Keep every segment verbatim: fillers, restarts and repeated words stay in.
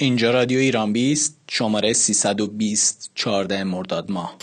اینجا رادیو ایران بیست، شماره سیصد و بیست، چهارده مرداد ماه.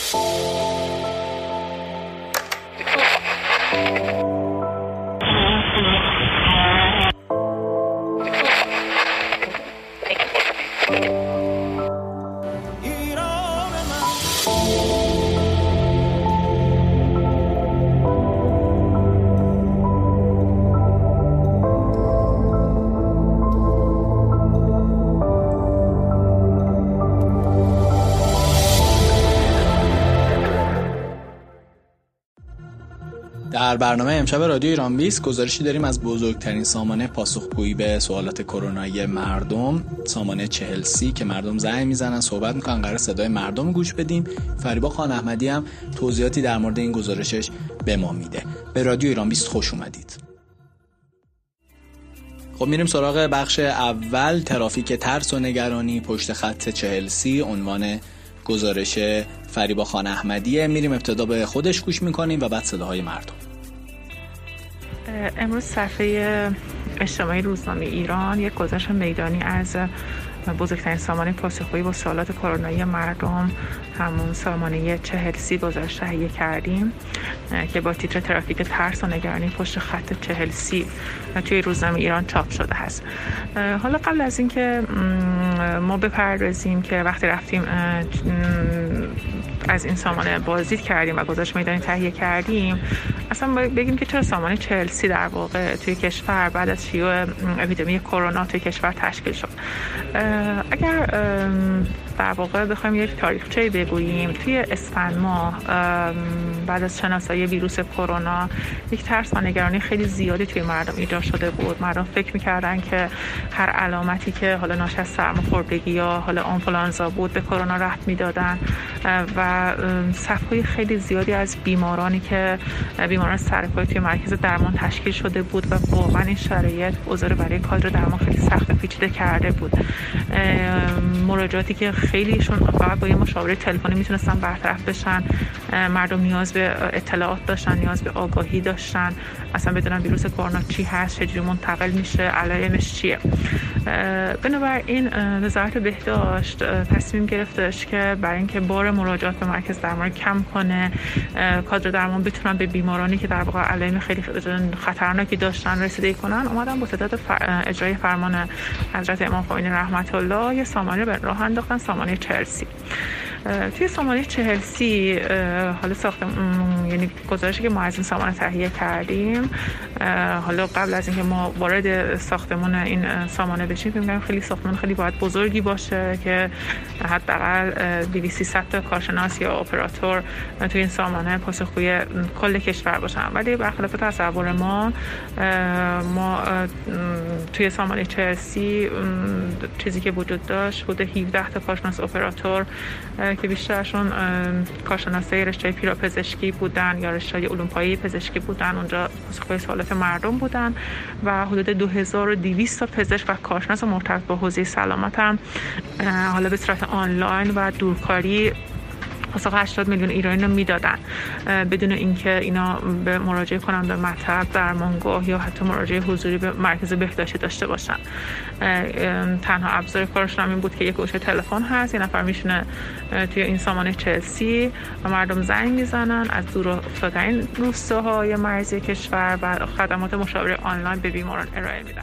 در برنامه امشب رادیو ایران بیست گزارشی داریم از بزرگترین سامانه پاسخگویی به سوالات کرونایی مردم، سامانه چهل سی، که مردم زنگ میزنن صحبت میکنن، قرار صدای مردم رو گوش بدیم. فریبا خان احمدی هم توضیحاتی در مورد این گزارشش به ما میده. به رادیو ایران بیست خوش اومدید. خب میریم سراغ بخش اول، ترافیک ترس و نگرانی پشت خط چهل سی، عنوان گزارش فریبا خان احمدیه. میریم ابتدا به خودش گوش میکنیم و بعد صداهای مردم. امروز صفحه اجتماعی روزنامه ایران یک گزارش میدانی از بزرگترین سامانه پاسخگویی با سوالات کرونایی مردم، همون سامانه چهل سی، گزارش تهیه کردیم که با تیتر ترافیک ترس و نگرانی پشت خط چهل سی توی روزنامه ایران چاپ شده هست. حالا قبل از اینکه ما بپردازیم که وقتی رفتیم از این سامانه بازدید کردیم و گزارش میدانی تهیه کردیم، اصلا بگیم که چرا سامانه چهل سی در واقع توی کشور بعد از شیوع اپیدمی کرونا توی کشور تشکیل شد. اگر در واقع بخوایم یک تاریخچه بگوییم، توی اسفند ماه بعد از شناسایی ویروس کرونا یک ترس و نگرانی خیلی زیادی توی مردم ایجاد شده بود. مردم فکر می‌کردن که هر علامتی که حالا ناشی از سرماخوردگی یا حالا آنفولانزا بود به کرونا ربط می‌دادن و صف‌های خیلی زیادی از بیمارانی که بیماران سرپایی توی مرکز درمان تشکیل شده بود و واقعا این شرایط اوضاع برای کادر درمان خیلی سخت و پیچیده کرده بود. مراجعاتی که خیلیشون فقط با یه مشاوره تلفنی میتونستن برطرف بشن، مردم نیاز به اطلاعات داشتن، نیاز به آگاهی داشتن، اصلا بدونن ویروس کرونا چی هست، چجوری منتقل میشه، علائمش چیه. بنابراین وزارت بهداشت تصمیم گرفتش که برای اینکه بار مراجعات به مرکز درمان کم کنه، کادر درمان بتونن به بیمارانی که در واقع علائم خیلی خطرناکی داشتن رسیدگی کنن، اومدن با صدد فر... اجرای فرمان حضرت امام خمینی رحمت الله یه سامانه به راه انداختن، سامانه چهل سی. توی سامانه چهل سی حالا ساخته یعنی گزارشی که ما از این سامانه تهیه کردیم، حالا قبل از اینکه ما وارد ساختمان این سامانه بشیم فکر می‌کنم خیلی ساختمان خیلی باید بزرگی باشه که حداقل دویست سیصد تا کارشناس یا اپراتور توی این سامانه پاسخگوی کل کشور باشن. ولی برخلاف تصور ما ما توی سامانه چهل سی چیزی که وجود داشت بود هفده تا کارشناس اپراتور که بیشترشون کارشناسای رشته پیراپزشکی بودن یا رشته علوم پایه پزشکی بودن، اونجا پاسخگوی سوالات مردم بودن و حدود دو هزار و دویست تا پزشک و کارشناس مرتبط با حوزه سلامت هم حالا به صورت آنلاین و دورکاری پاسخ هشتاد میلیون ایرانی رو میدادن بدون اینکه اینا به مراجعه کننده مطب، درمانگاه یا حتی مراجعه حضوری به مرکز بهداشتی داشته باشن. تنها ابزار کارشون این بود که یک گوشه تلفن هست، یه نفر میشونه توی این سامانه چهل سی و مردم زنگ میزنن از دور افتادن روستاهای مرزی کشور و خدمات مشاوره آنلاین به بیماران ارائه میدن.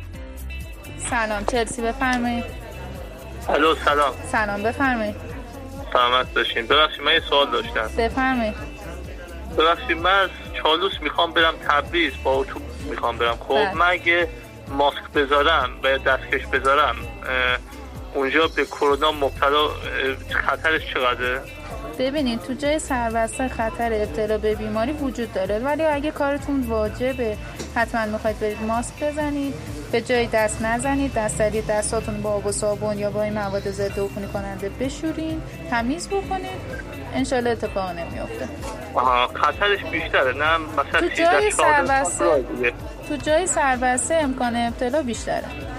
سلام، چهل سی بفرمایید. الو سلام. سلام بفرمایید. سلامت باشین. ببخشید من یه سوال داشتم. بفرمایید. ببخشید من از چالوس میخوام برم تبریز، با اتوبوس میخوام برم. خب من اگه ماسک بذارم و دستکش بذارم اونجا به کرونا مبتلا خطرش چقدره؟ ببینید تو جای سربسته خطر ابتلا به بیماری وجود داره، ولی اگه کارتون واجبه حتما میخواید برید ماسک بزنید. به جای دست نزنید، دستری دستاتون با آب و صابون یا با این مواد ضد عفونی کننده بشورین، تمیز بکنید، انشالله اتفاق نمیفته. آها، خطرش بیشتره نه مثلا تو جای سربسته تو جای سربسته امکان ابتلا بیشتره.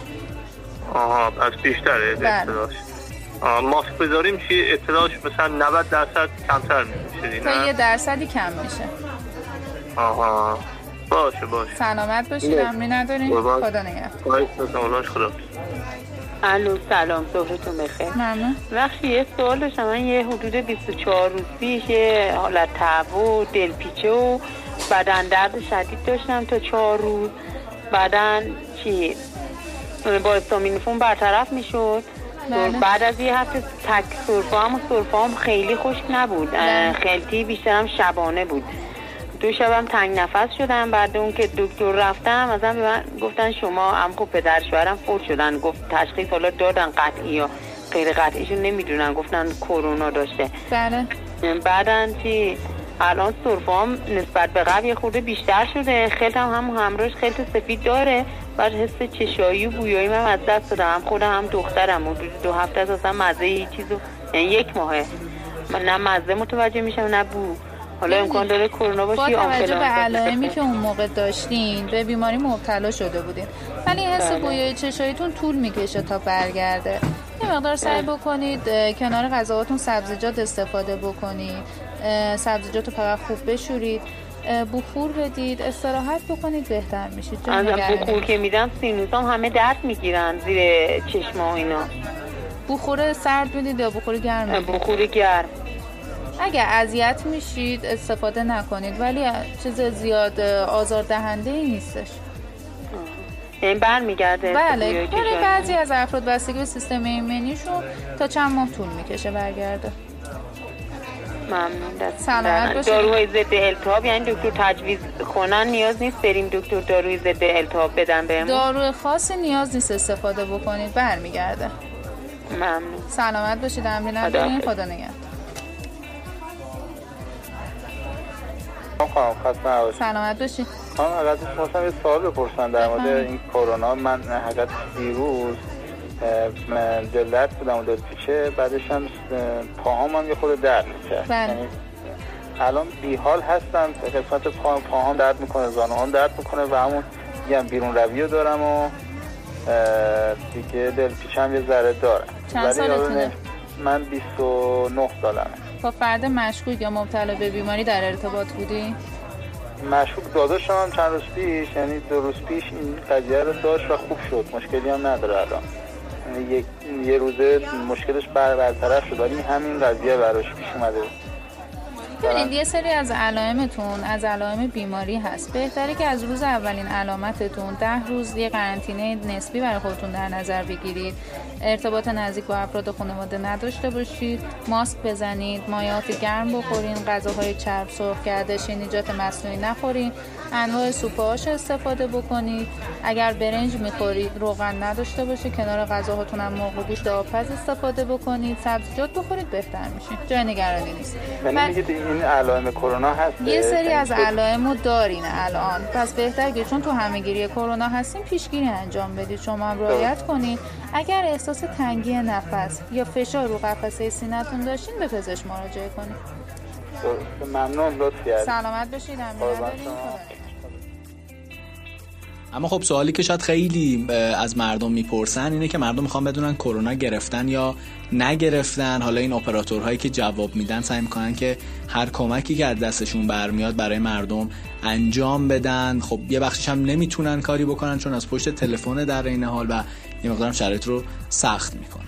آها، از بیشتره اطلاعش. ماسک بذاریم چی اطلاعش مثلا نود درصد کمتر میشه؟ تا یه درصدی کم میشه. آها، باشه باشه. سلامت باشید، امری نداریم. خدا نگهدار. خدا. الو سلام، صبحتون بخیر. ممنون. وقتی یه سوال داشتم، من یه حدود بیست و چهار روز پیش یه حالت تب و دلپیچه و بدن درد شدید داشتم تا چهار روز. بعدن چی با استامینوفون برطرف میشد. بعد از یه هفته تک سرفه هم و سرفه هم خیلی خشک نبود، خیلی بیشترم شبانه بود. دو شبم تنگ نفس شدم. بعد اون که دکتر رفتم ازم به من گفتن شما هم خب پدر شوهرم فوت شدن. گفت تشخیص حالا دادن قطعی یا غیر قطعیشون نمیدونن، گفتن کرونا داشته. بله. بعدن چی الان سرفام نسبت به قبل یه خورده بیشتر شده. خیلی هم هم همراهش خیلی سفید داره. بعد حس چشایی و بویایی من از دست دادم، هم خودم هم دخترم. و دو هفته از اصلا مزه هیچ چیزو، یعنی یک ماهه من نه مزه متوجه میشم نه بو. حالا امکان داره کرونا باشه یا آنفولانزا. با توجه به علائمی که اون موقع داشتین به بیماری مبتلا شده بودین، ولی حس بویای چشاییتون طول میکشه تا برگرده. یه مقدار سعی بکنید کنار غذاهاتون سبزیجات استفاده بکنید، سبزیجاتو فقط خوب بشورید، بخور بدید، استراحت بکنید، بهتر میشید. از بخور که میدم سینوسام همه درد میگیرن زیر چشما و اینا. بخور سرد میدید یا بخور گرم میدید؟ بخور گرم. اگر اذیت میشید استفاده نکنید، ولی چیز زیاد آزاردهنده ای نیستش. این برمیگرده. بله، برای بعضی از افراد بستگی به سیستم ایمنیشون تا چند ماه طول میکشه برگرده. ممنون. سلامت باشید. داروهای ضد التهاب یعنی دکتر تجویز کنن نیاز نیست بریم دکتر داروی ضد التهاب بدن بهمون؟ داروی خاصی نیاز نیست استفاده بکنید، برمیگرده. ممنون. سلامت باشید. امری ندارین. خدا نگهدار. سلامت باشید. من حقیقتش می‌خواستم یه سوال بپرسم در مورد این کرونا. من حقیقت دیروز جلد بودم و دلپیچه، بعدش هم پاهام هم یه خود درد می‌کرد. یعنی الان بیحال هستم، قسمت پا پاهام درد میکنه، زانوام درد میکنه و همون میگم بیرون رویو دارم و دیگه دلپیچه هم یه ذره دارم. چند سالتونه؟ من بیست و نه سالمه. با فرد مشکوک یا مبتلا به بیماری در ارتباط بودی؟ مشکوک داداشم هم چند روز پیش، یعنی دو روز پیش این قضیه رو داشت و خوب شد، مشکلی هم نداره الان. یعنی یک یه روزه مشکلش بر برطرف شد، ولی همین قضیه براش پیش اومده. ببینید یه سری از علائمتون از علائم بیماری هست. بهتره که از روز اولین علامتتون ده روز یه قرنطینه نسبی برای خودتون در نظر بگیرید. ارتباط نزدیک با افراد خانواده نداشته باشید، ماسک بزنید، مایعات گرم بخورین، غذاهای چرب سرخ کرده، شیرینیجات مصنوعی نخورین، انواع سوپ‌هاش استفاده بکنید. اگر برنج میخورید روغن نداشته باشه، کنار غذاهاتون هم مرغ و گوشت آبپز استفاده بکنید، سبزیجات بخورید، بهتر میشین. جای نگرانی نیست. این علائم کرونا هست. یه سری از علائمو دارین الان، پس بهتره که چون تو همه‌گیری کرونا هستین پیشگیری انجام بدید. شما هم رعایت کنید. اگر احساس تنگی نفس یا فشار رو قفسه سینه‌تون داشتین به پزشک مراجعه کنید. ممنون، لطف کردید. سلامت باشید. اما خب سوالی که شاید خیلی از مردم میپرسن اینه که مردم میخوان بدونن کرونا گرفتن یا نگرفتن. حالا این اپراتورهایی که جواب میدن سعی میکنن که هر کمکی که از دستشون برمیاد برای مردم انجام بدن. خب یه بخشش هم نمیتونن کاری بکنن چون از پشت تلفن در این حال و یه مقدارم شرایط رو سخت میکنه.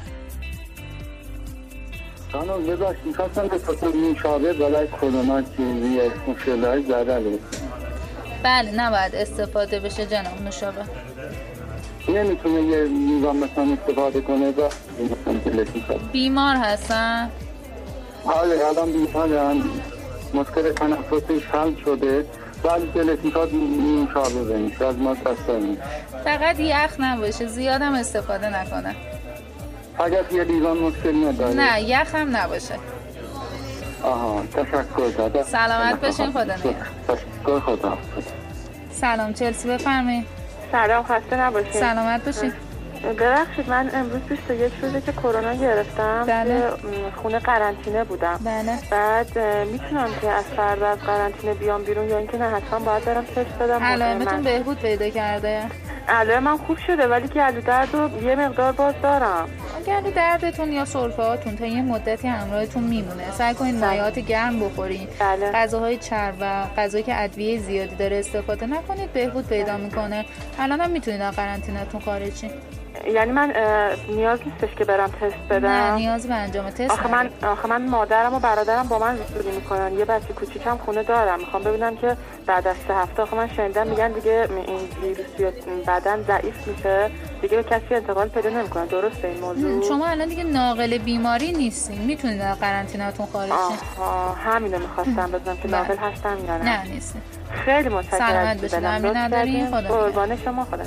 خانم ببخشید میخواستم به خاطر مشابه برای کرونا چیزی مشکلات زده بود. بله نباید استفاده بشه جناب نوشابه. نمیتونه یه نظام مثلا استفاده کنه با بیمار هستن؟ آره الان بیمارن، مشکل تنفسش حل شده ولی دلش میخواد نوشابه بنیشه از ما تستانی. فقط یخ نباشه، زیادم استفاده نکنه. فقط یه لیوان مشکل نداره؟ نه یخ هم نباشه. آها تشکر داده. سلامت باشین. خدا نگهدار. تشکر. خدا. سلام چلسی بفرمایید. سلام، خسته نباشید. سلامت باشین. ببخشید من امروز بیست و یک روزه که کرونا گرفتم. بله. خونه قرنطینه بودم. بله. بعد میتونم که از فردا از قرنطینه بیام بیرون یا اینکه نه حتما باید برم تست بدم؟ علائمتون بهبود پیدا کرده؟ علائم من خوب شده ولی که گلو درد رو یه مقدار باز دارم. گلو دردتون یا سرفه هاتون تا یه مدتی همراهتون میمونه. سعی کنید مایعات گرم بخورید. بله. غذاهای چرب و غذایی که ادویه زیادی داره استفاده نکنید، بهبود پیدا میکنه. الان هم میتونید از قرنطینه‌تون خارج شید. یعنی من نیاز نیستش که برم تست بدم؟ نه نیاز به انجام تست آخه من آخه من مادرم و برادرم با من زندگی میکنن، یه بچه کوچیکم خونه دارم، میخوام ببینم که بعد از سه هفته آخه من شنیدم میگن دیگه این ویروس بدن ضعیف میشه دیگه به کسی انتقال پیدا نمیکنه. درسته این موضوع؟ شما الان دیگه ناقل بیماری نیستین، میتونید از قرنطینه‌تون خارج شید. آها همینو میخواستم بدونم که ناقل هستم یا نه. نه نیستین. خیلی متشکرم. سلامت باشید. ممنون ندارین. خدا قربان شما. خدا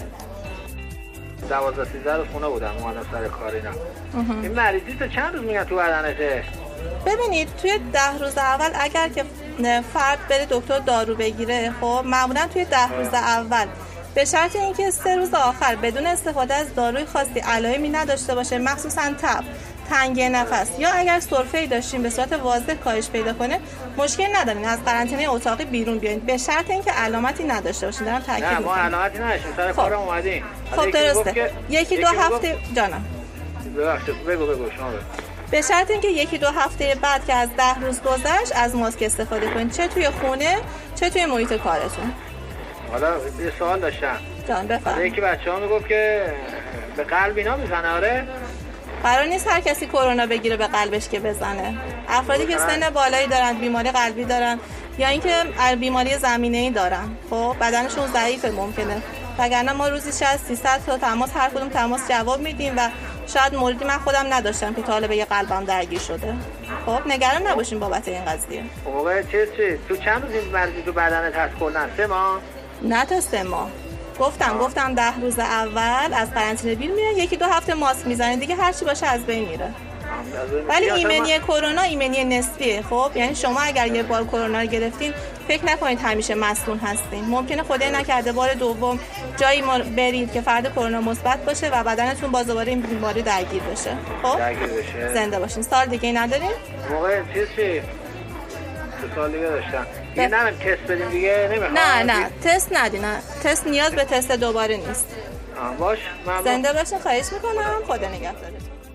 دوازده سیزده روز خونه بودم اومدم سر کار اینا. این مریضی تو چند روز میگن تو بدنته؟ ببینید توی ده روز اول اگر که فرد بره دکتر دارو بگیره، خب معمولا توی ده روز اول به شرط اینکه سه روز آخر بدون استفاده از داروی خاصی علائمی نداشته باشه، مخصوصا تب، تنگی نفس یا اگر سرفه‌ای داشتیم به صورت واضح کاهش پیدا کنه، مشکل ندارین از قرنطینه اتاقی بیرون بیاین به شرط اینکه علامتی نداشته باشین. دارم تاکید می‌کنم. نه ما علامتی نداشتیم، سر کار اومدیم. خب درسته. یکی دو هفته جانم. ببخشید بگو بگو شما بگو. به شرط اینکه یکی دو هفته بعد که از ده روز گذشت از ماسک استفاده کنید، چه توی خونه چه توی محیط کارتون. حالا یه سوال داشتم. جان بفرمایید. یکی بچه‌ها میگفت که به قلب اینا میزنه. آره؟ قرار نیست هر کسی کرونا بگیره به قلبش که بزنه. افرادی که سن بالایی دارن، بیماری قلبی دارن یا اینکه بیماری زمینه‌ای دارن، خب بدنشون ضعیفه ممکنه. وگرنه ما روزی شاید سیصد تا تماس هر کدوم تماس جواب میدیم و شاید موردی من خودم نداشتم که تا حالا به یه قلبم درگیر شده. خب نگران نباشین بابت این قضیه. موقع چه چه تو چند روز این مریضی تو بدنت هست کلا؟ سه ماه؟ نه تا سه ماه. گفتم آه. گفتم ده روز اول از قرنطینه بیرون میاد، یکی دو هفته ماسک میزنه دیگه، هر چی باشه از بین میره. ولی ایمنی کرونا ایمنی نسبیه. خب یعنی شما اگر یه بار کرونا رو گرفتین فکر نکنید همیشه مسئول هستین. ممکنه خدای نکرده بار دوم جایی برید که فرد کرونا مثبت باشه و بدنتون باز دوباره این بیماری درگیر بشه. خب درگیر بشه. زنده باشین. سال دیگه ندارین؟ موقع چیز چی؟ سال دیگه داشتم. دیگه نرم تست بدیم دیگه نمیخوام. نه نه تست ندین. نه تست نیاز به تست دوباره نیست. آه باش. من زنده باشین. خواهش میکنم. خدا نگهدارتون.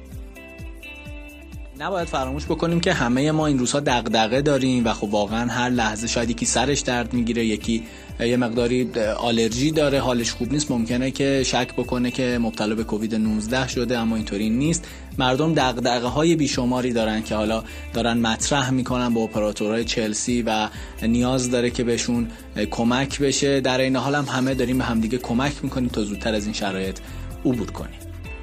نباید فراموش بکنیم که همه ما این روزها دغدغه داریم و خب واقعا هر لحظه شاید یکی سرش درد میگیره، یکی یه مقداری آلرژی داره، حالش خوب نیست، ممکنه که شک بکنه که مبتلا به کووید نوزده شده، اما اینطوری نیست. مردم دغدغه های بیشماری دارن که حالا دارن مطرح میکنن با اپراتورهای چلسی و نیاز داره که بهشون کمک بشه. در این حال هم همه داریم به همدیگه کمک میکنیم تا زودتر از این شرایط عبور کنیم.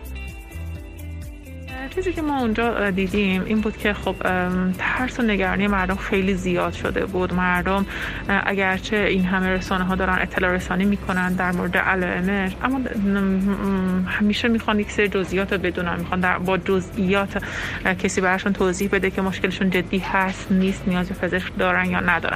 چیزی که ما اونجا دیدیم این بود که خب ترس و نگرانی مردم خیلی زیاد شده بود. مردم اگرچه این همه رسانه ها دارن اطلاع رسانی میکنن در مورد علائمش، اما همیشه میخوان یک سری جزئیات رو بدونن، میخوان در با جزئیات کسی براشون توضیح بده که مشکلشون جدی هست نیست، نیاز به پزشک دارن یا ندارن.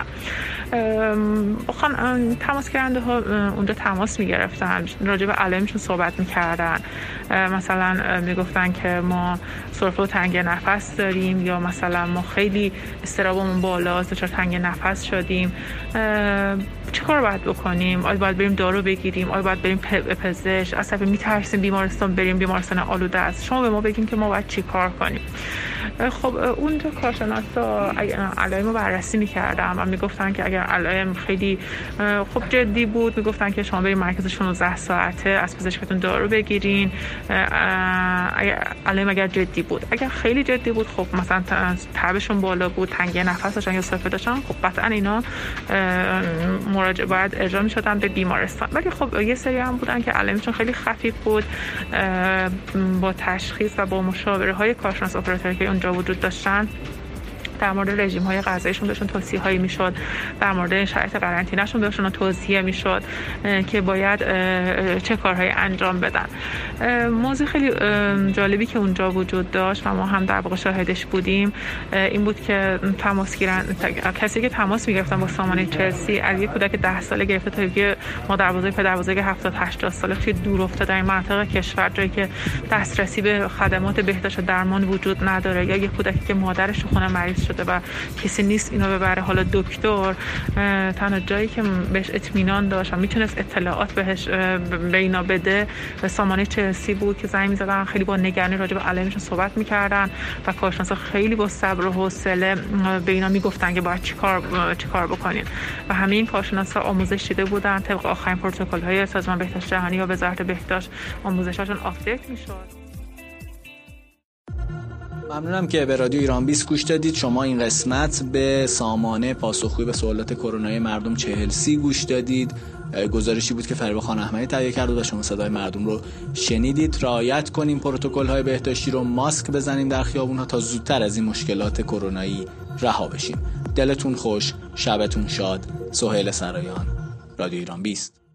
خان تماس گیرنده ها اونجا تماس میگرفتن، راجع به علائمشون صحبت میکردن. مثلا میگفتن که ما سرفه و تنگی نفس داریم، یا مثلا ما خیلی اضطرابمون بالاست، دچار تنگی نفس شدیم، چه کار باید بکنیم؟ آیا باید بریم دارو بگیریم؟ آیا باید بریم پزشک؟ اصلا میترسیم بیمارستان بریم، بیمارستان آلوده است. شما به ما بگیم که ما باید چی کار کنیم. خب اونجا کارشناسا علائم رو بررسی میکردن و میگفتن که اگر علائم خیلی خب جدی بود، میگفتن که شما بریم مرکز شانزده ساعته از پزشکتون دارو بگیرین. اگر علائم اگر جدی بود، اگر خیلی جدی بود، خب مثلا تبشون بالا بود، تنگی نفس داشتن یا سرفه داشتن، خب قطعا اینا مراجعه باید ارجاع میشدن به بیمارستان. ولی خب یه سری هم بودن که علائمشون خیلی خفیف بود، با تشخیص و با مشاوره های کارشناس اپراتوری که اونجا وجود داشتن در مورد رژیم های غذاییشون بهشون توصیه هایی میشد، در مورد شرایط قرنطینه شون بهشون توصیه میشد که باید چه کارهایی انجام بدن. موضوع خیلی جالبی که اونجا وجود داشت و ما هم در واقع شاهدش بودیم این بود که تماس گیرن کسی که تماس میگرفتن با سامانه چلسی از یک کودک ده ساله گرفته تا یک مادر بزرگ پدر بزرگ هفتاد هشتاد ساله توی دور افتاده این منطقه کشور، جایی که دسترسی به خدمات بهداشت و درمان وجود نداره، یا یک کودکی که مادرش تو خونه مریض شده و کسی نیست اینو ببره. حالا دکتر تنها جایی که بهش اطمینان داشت و میتونست اطلاعات بهش به اینا بده به سامانه چلسی بود که زنگ می‌زدن، خیلی با نگرانی راجع به علائمشون صحبت می‌کردن و کارشناسا خیلی با صبر و حوصله به اینا میگفتن که باید چیکار چیکار بکنین و همه این کارشناسا آموزش دیده بودن طبق آخرین پروتکل‌های سازمان بهداشت جهانی و وزارت بهداشت آموزشاشون آپدیت می‌شد. ممنونم که به رادیو ایران بیست گوش دادید. شما این قسمت به سامانه پاسخگویی به سوالات کرونایی مردم چهل سی گوش دادید. گزارشی بود که فریبا خان احمدی تهیه کرد و شما صدای مردم رو شنیدید. رعایت کنیم پروتکل‌های بهداشتی رو، ماسک بزنیم در خیابون‌ها تا زودتر از این مشکلات کرونایی رها بشیم. دلتون خوش، شبتون شاد. سهیل سرایان، رادیو ایران بیست.